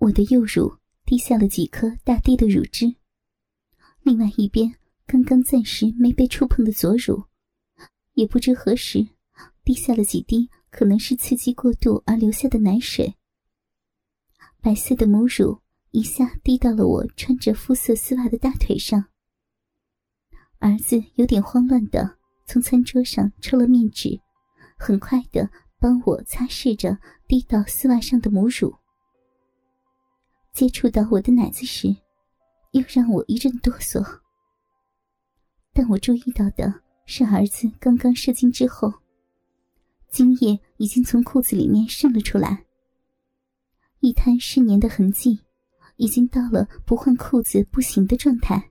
我的右乳滴下了几颗大滴的乳汁，另外一边刚刚暂时没被触碰的左乳，也不知何时滴下了几滴可能是刺激过度而流下的奶水。白色的母乳一下滴到了我穿着肤色丝袜的大腿上。儿子有点慌乱地从餐桌上抽了面纸，很快地帮我擦拭着滴到丝袜上的母乳。接触到我的奶子时，又让我一阵哆嗦。但我注意到的是，儿子刚刚射精之后，精液已经从裤子里面渗了出来，一滩湿黏的痕迹已经到了不换裤子不行的状态。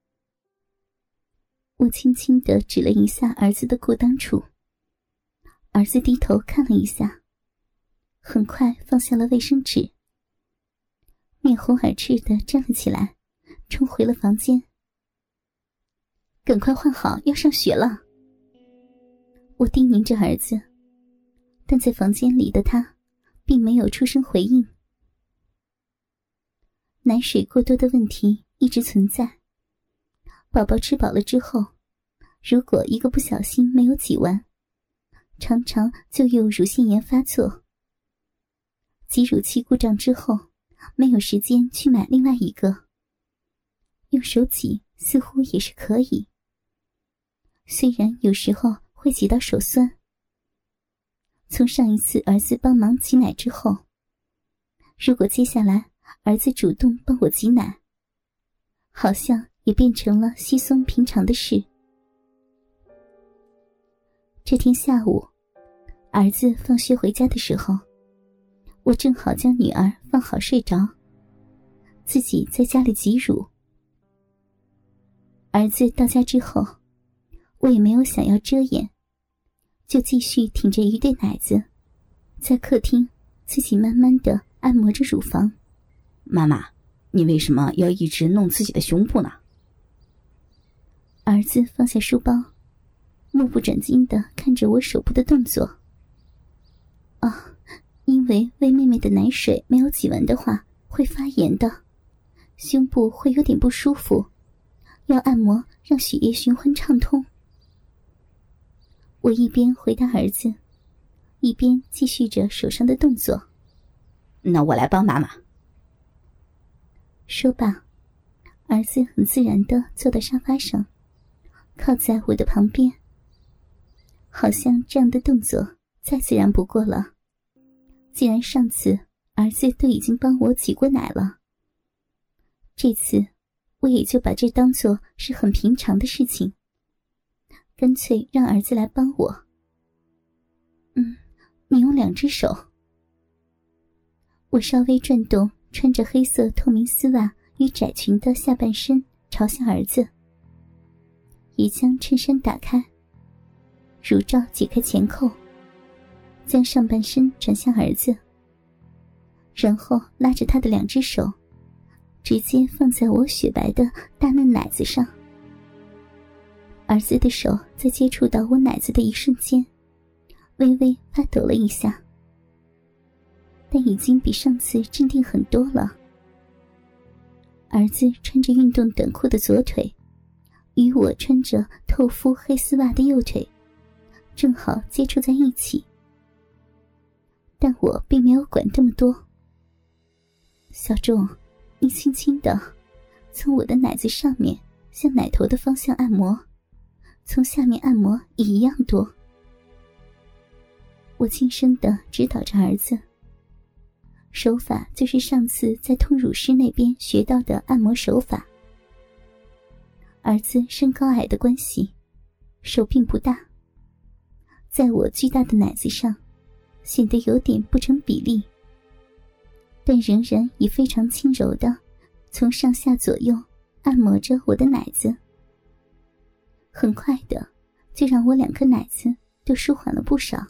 我轻轻地指了一下儿子的裤裆处，儿子低头看了一下，很快放下了卫生纸，面红耳赤地站了起来，冲回了房间。赶快换好，要上学了。我叮咛着儿子，但在房间里的他并没有出声回应。奶水过多的问题一直存在，宝宝吃饱了之后，如果一个不小心没有挤完，常常就有乳腺炎发作。挤乳器故障之后，没有时间去买另外一个，用手挤似乎也是可以，虽然有时候会挤到手酸。从上一次儿子帮忙挤奶之后，如果接下来儿子主动帮我挤奶，好像也变成了稀松平常的事。这天下午，儿子放学回家的时候，我正好将女儿放好睡着，自己在家里挤乳。儿子到家之后，我也没有想要遮掩，就继续挺着一对奶子，在客厅自己慢慢地按摩着乳房。 妈妈，你为什么要一直弄自己的胸部呢？ 儿子放下书包，目不转睛地看着我手部的动作。因为喂妹妹的奶水没有挤完的话会发炎的，胸部会有点不舒服，要按摩让血液循环畅通。我一边回答儿子，一边继续着手上的动作。 那我来帮妈妈。 说罢，儿子很自然地坐到沙发上，靠在我的旁边，好像这样的动作再自然不过了。既然上次儿子都已经帮我挤过奶了，这次我也就把这当作是很平常的事情，干脆让儿子来帮我。你用2只手。我稍微转动穿着黑色透明丝袜与窄裙的下半身，朝向儿子，也将衬衫打开，乳罩解开前扣，将上半身转向儿子，然后拉着他的2只手，直接放在我雪白的大嫩奶子上。儿子的手在接触到我奶子的一瞬间，微微发抖了一下，但已经比上次镇定很多了。儿子穿着运动短裤的左腿，与我穿着透肤黑丝袜的右腿正好接触在一起，但我并没有管这么多。小仲，你轻轻地从我的奶子上面向奶头的方向按摩，从下面按摩也一样多。我轻声地指导着儿子，手法就是上次在通乳师那边学到的按摩手法。儿子身高矮的关系，手并不大，在我巨大的奶子上显得有点不成比例，但仍然以非常轻柔的从上下左右按摩着我的奶子。很快的就让我2颗奶子都舒缓了不少。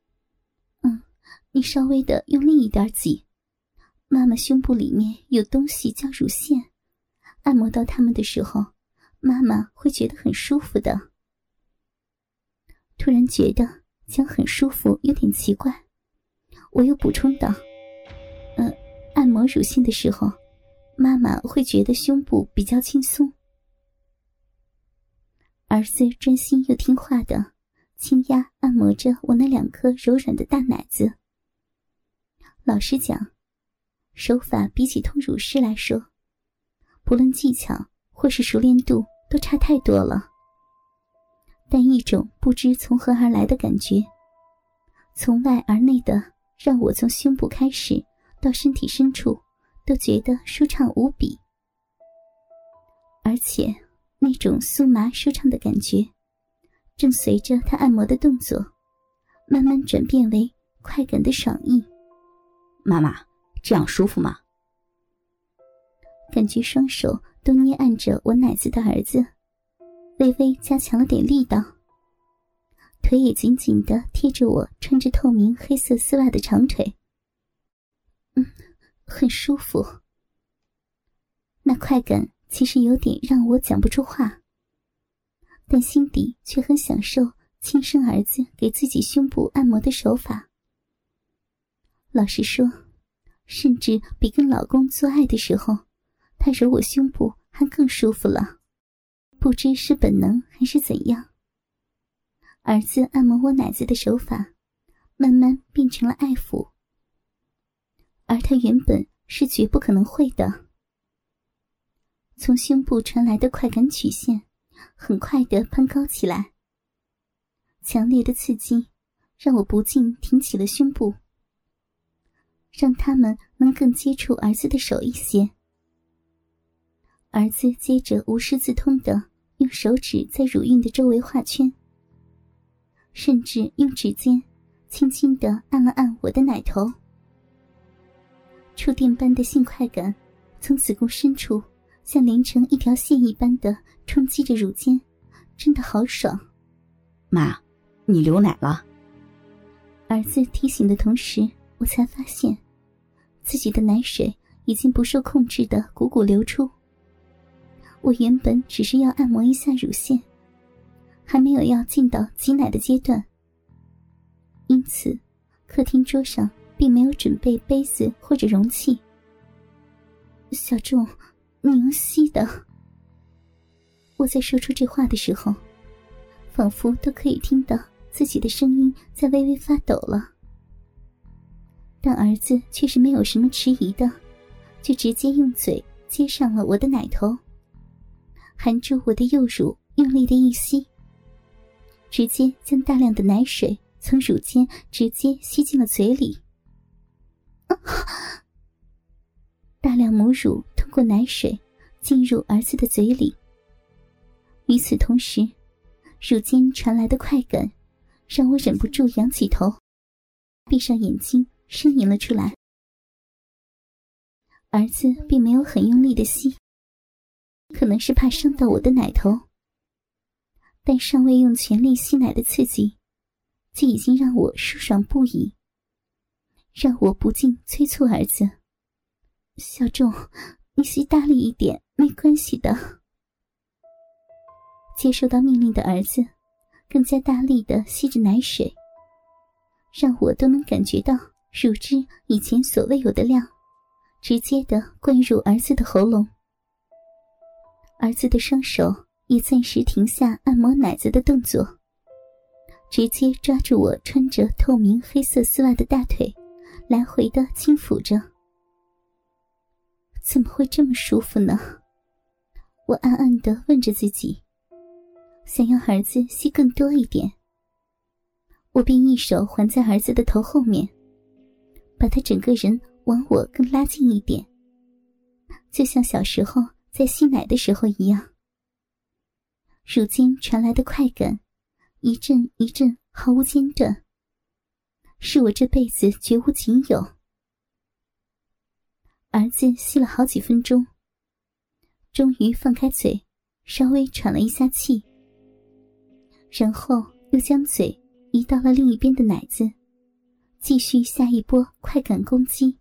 你稍微的用力一点挤，妈妈胸部里面有东西叫乳腺，按摩到它们的时候，妈妈会觉得很舒服的。突然觉得讲很舒服有点奇怪，我又补充道， 按摩乳腺的时候，妈妈会觉得胸部比较轻松。儿子专心又听话地轻压按摩着我那2颗柔软的大奶子。老实讲，手法比起通乳师来说，不论技巧或是熟练度都差太多了。但一种不知从何而来的感觉，从外而内的让我从胸部开始到身体深处都觉得舒畅无比。而且那种酥麻舒畅的感觉正随着他按摩的动作慢慢转变为快感的爽意。 妈妈，这样舒服吗？ 感觉双手都捏按着我奶子的儿子微微加强了点力道，腿也紧紧地贴着我穿着透明黑色丝袜的长腿。很舒服。那快感其实有点让我讲不出话，但心底却很享受亲生儿子给自己胸部按摩的手法。老实说，甚至比跟老公做爱的时候他揉我胸部还更舒服了。不知是本能还是怎样，儿子按摩我奶子的手法慢慢变成了爱抚，而他原本是绝不可能会的。从胸部传来的快感曲线很快地攀高起来，强烈的刺激让我不禁挺起了胸部，让他们能更接触儿子的手一些。儿子接着无师自通地用手指在乳晕的周围画圈，甚至用指尖轻轻地按了按我的奶头。触电般的性快感从子宫深处像连成一条线一般的冲击着乳尖，真的好爽。 妈，你流奶了。 儿子提醒的同时，我才发现自己的奶水已经不受控制的汩汩流出。我原本只是要按摩一下乳腺，还没有要进到挤奶的阶段，因此客厅桌上并没有准备杯子或者容器。小仲，你用吸的。我在说出这话的时候，仿佛都可以听到自己的声音在微微发抖了。但儿子却是没有什么迟疑的，就直接用嘴接上了我的奶头，含住我的右乳用力的一吸，直接将大量的奶水从乳尖直接吸进了嘴里。大量母乳通过奶水进入儿子的嘴里，与此同时，乳尖传来的快感让我忍不住仰起头，闭上眼睛呻吟了出来。儿子并没有很用力的吸，可能是怕伤到我的奶头，但尚未用全力吸奶的刺激就已经让我舒爽不已，让我不禁催促儿子：小仲，你吸大力一点，没关系的。接受到命令的儿子更加大力地吸着奶水，让我都能感觉到乳汁以前所未有的量直接地灌入儿子的喉咙。儿子的双手也暂时停下按摩奶子的动作，直接抓住我穿着透明黑色丝袜的大腿，来回地轻抚着。怎么会这么舒服呢？我暗暗地问着自己，想要儿子吸更多一点。我便一手环在儿子的头后面，把他整个人往我更拉近一点，就像小时候在吸奶的时候一样。乳尖传来的快感一阵一阵毫无间断，是我这辈子绝无仅有。儿子吸了好几分钟，终于放开嘴，稍微喘了一下气，然后又将嘴移到了另一边的奶子，继续下一波快感攻击。